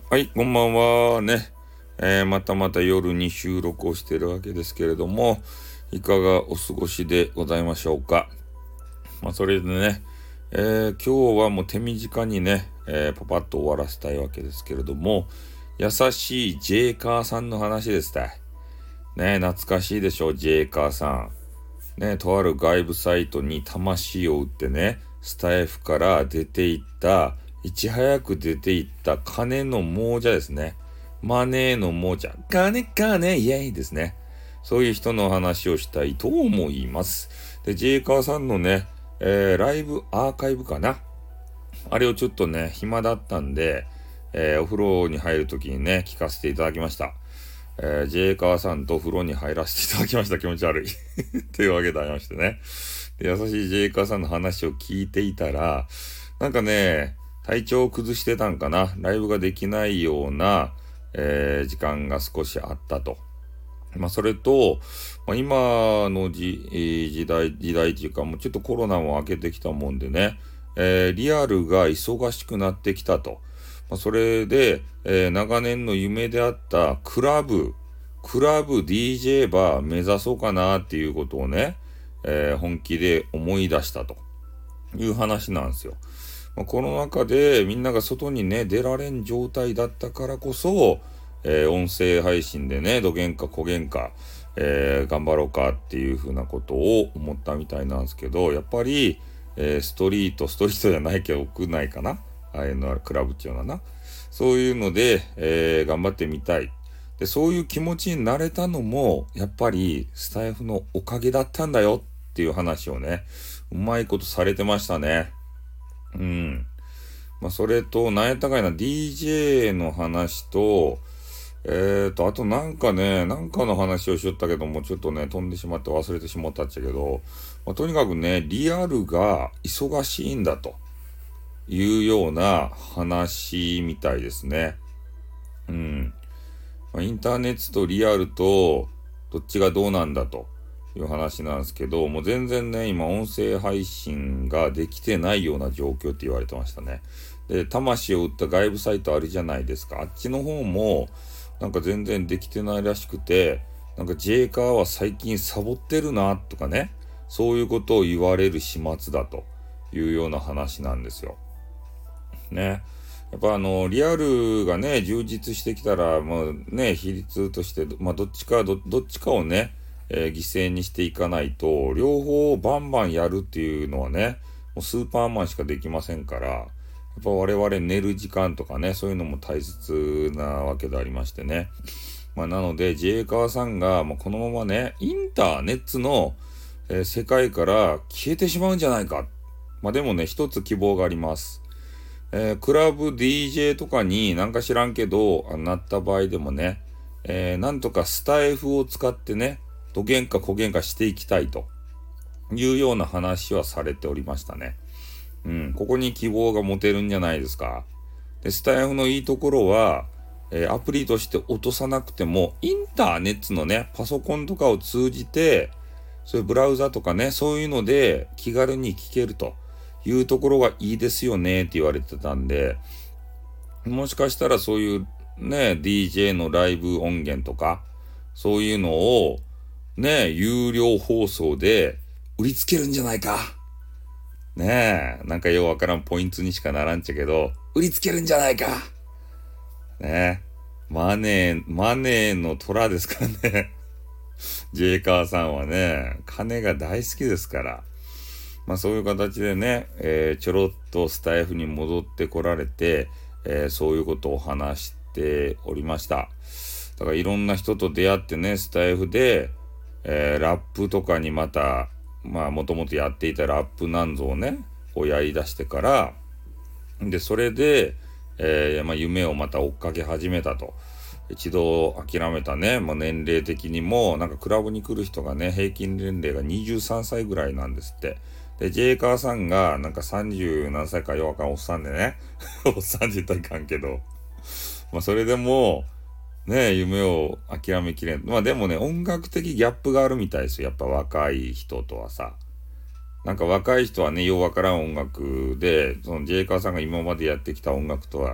はい、こんばんはね。またまた夜に収録をしているわけですけれども、いかがお過ごしでございましょうか。それでね、今日はもう手短にね、パパッと終わらせたいわけですけれども、優しいジェイカーさんの話ですたい。ね、懐かしいでしょ、ジェイカーさん。ね、とある外部サイトに魂を売ってね、スタイフから出ていったいち早く出ていった金の亡者ですね。マネーの亡者。金、イェイですね。そういう人の話をしたいと思います。で、ジェイカーさんのね、ライブアーカイブかな。あれをちょっとね、暇だったんで、お風呂に入るときにね、聞かせていただきました。ジェイカーさんと風呂に入らせていただきました。気持ち悪い。というわけでありましてね。で、優しいジェイカーさんの話を聞いていたら、なんかね、体調を崩してたんかな。ライブができないような、時間が少しあったと。それと、今の時代っていうか、もうちょっとコロナも明けてきたもんでね、リアルが忙しくなってきたと。それで、長年の夢であったクラブ DJ バー目指そうかなっていうことをね、本気で思い出したという話なんですよ。コロナ禍でみんなが外にね、出られん状態だったからこそ、音声配信でね、どげんかこげんか、頑張ろうかっていうふうなことを思ったみたいなんですけど、やっぱり、ストリートじゃないけど屋内かな、ああいうのはクラブっていうのはな。そういうので、頑張ってみたい。で、そういう気持ちになれたのも、やっぱりスタイフのおかげだったんだよっていう話をね、うまいことされてましたね。うん。それと、なんやったかいな、DJ の話と、あとなんかね、なんかの話をしよったけども、ちょっとね、飛んでしまって忘れてしまったっちゃけど、とにかくね、リアルが忙しいんだというような話みたいですね。うん。インターネットとリアルと、どっちがどうなんだという話なんですけど、もう全然ね、今音声配信ができてないような状況って言われてましたね。で、魂を売った外部サイトあるじゃないですか。あっちの方も、なんか全然できてないらしくて、なんかジェイカーは最近サボってるなとかね、そういうことを言われる始末だというような話なんですよ。ね。やっぱリアルがね、充実してきたら、もうね、比率として、どっちかをね、犠牲にしていかないと、両方バンバンやるっていうのはね、もうスーパーマンしかできませんから、やっぱ我々寝る時間とかね、そういうのも大切なわけでありましてね。なので、ジェイカーさんが、このままね、インターネットの、世界から消えてしまうんじゃないか。でもね、一つ希望があります。クラブ DJ とかになんか知らんけど、なった場合でもね、なんとかスタイフを使ってね、どげんかこげんかしていきたいというような話はされておりましたね。うん、ここに希望が持てるんじゃないですか。で、スタイフのいいところは、アプリとして落とさなくても、インターネットのね、パソコンとかを通じて、そういうブラウザとかね、そういうので気軽に聞けるというところがいいですよねって言われてたんで、もしかしたらそういうね、DJ のライブ音源とか、そういうのをね、有料放送で売りつけるんじゃないか。ねえ、なんかようわからんポイントにしかならんちゃけど、売りつけるんじゃないか。ねえ、マネーの虎ですからね。ジェイカーさんはね、金が大好きですから。そういう形でね、ちょろっとスタイフに戻ってこられて、そういうことを話しておりました。だからいろんな人と出会ってね、スタイフで、ラップとかにまた、もともとやっていたラップなんぞをね、こうやり出してから、で、それで、夢をまた追っかけ始めたと。一度諦めたね、年齢的にも、なんかクラブに来る人がね、平均年齢が23歳ぐらいなんですって。で、ジェイカーさんが、なんか30何歳かよわかんおっさんでね、おっさんって言ったらいかんけど、それでも、ね、夢を諦めきれん。でもね、音楽的ギャップがあるみたいですよ。やっぱ若い人とはさ。なんか若い人はね、ようわからん音楽で、そのジェイカーさんが今までやってきた音楽とは、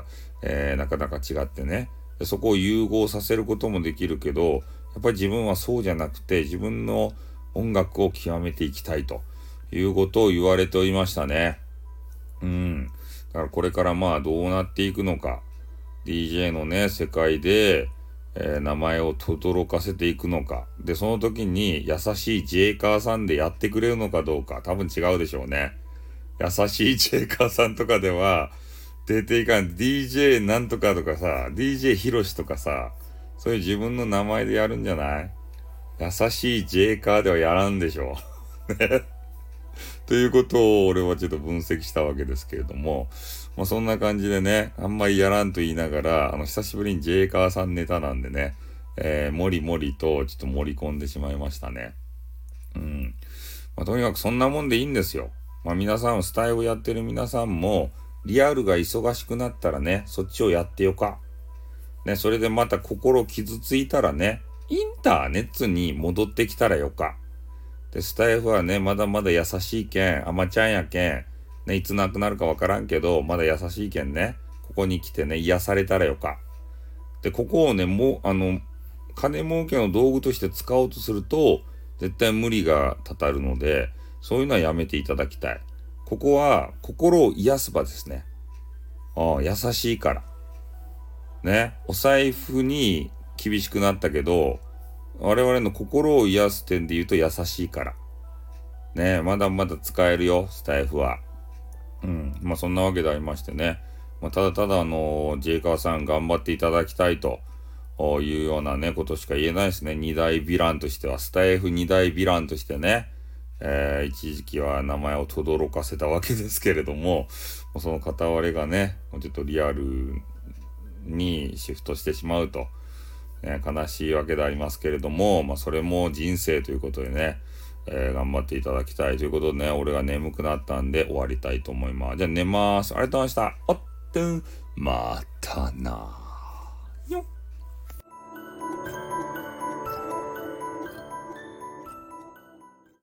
なかなか違ってね。でそこを融合させることもできるけど、やっぱり自分はそうじゃなくて、自分の音楽を極めていきたいということを言われておりましたね。だからこれからまあどうなっていくのか、DJ のね、世界で、名前を轟かせていくのか。で、その時に優しいジェイカーさんでやってくれるのかどうか、多分違うでしょうね。優しいジェイカーさんとかでは、出ていかん。DJ なんとかとかさ、DJ ヒロシとかさ、そういう自分の名前でやるんじゃない？優しいジェイカーではやらんでしょう。ね。ということを俺はちょっと分析したわけですけれども、そんな感じでね、あんまりやらんと言いながら、久しぶりにジェイカーさんネタなんでね、もりもりとちょっと盛り込んでしまいましたね。とにかくそんなもんでいいんですよ。皆さん、スタイルやってる皆さんも、リアルが忙しくなったらね、そっちをやってよか。ね、それでまた心傷ついたらね、インターネットに戻ってきたらよか。で、スタイフはね、まだまだ優しいけん、甘ちゃんやけん、ね、いつなくなるかわからんけど、まだ優しいけんね、ここに来てね、癒されたらよか。で、ここをね、金儲けの道具として使おうとすると、絶対無理がたたるので、そういうのはやめていただきたい。ここは、心を癒す場ですね。優しいから。ね、お財布に厳しくなったけど、我々の心を癒す点で言うと優しいから。ね、まだまだ使えるよ、スタイフは。そんなわけでありましてね。ただただジェイカーさん頑張っていただきたいというようなね、ことしか言えないですね。二大ヴィランとしては、スタイフ二大ヴィランとしてね、一時期は名前を轟かせたわけですけれども、その片割れがね、ちょっとリアルにシフトしてしまうと、悲しいわけでありますけれども、それも人生ということでね、頑張っていただきたいということでね、俺が眠くなったんで終わりたいと思います。じゃあ寝ます。ありがとうございました。またな。よっ。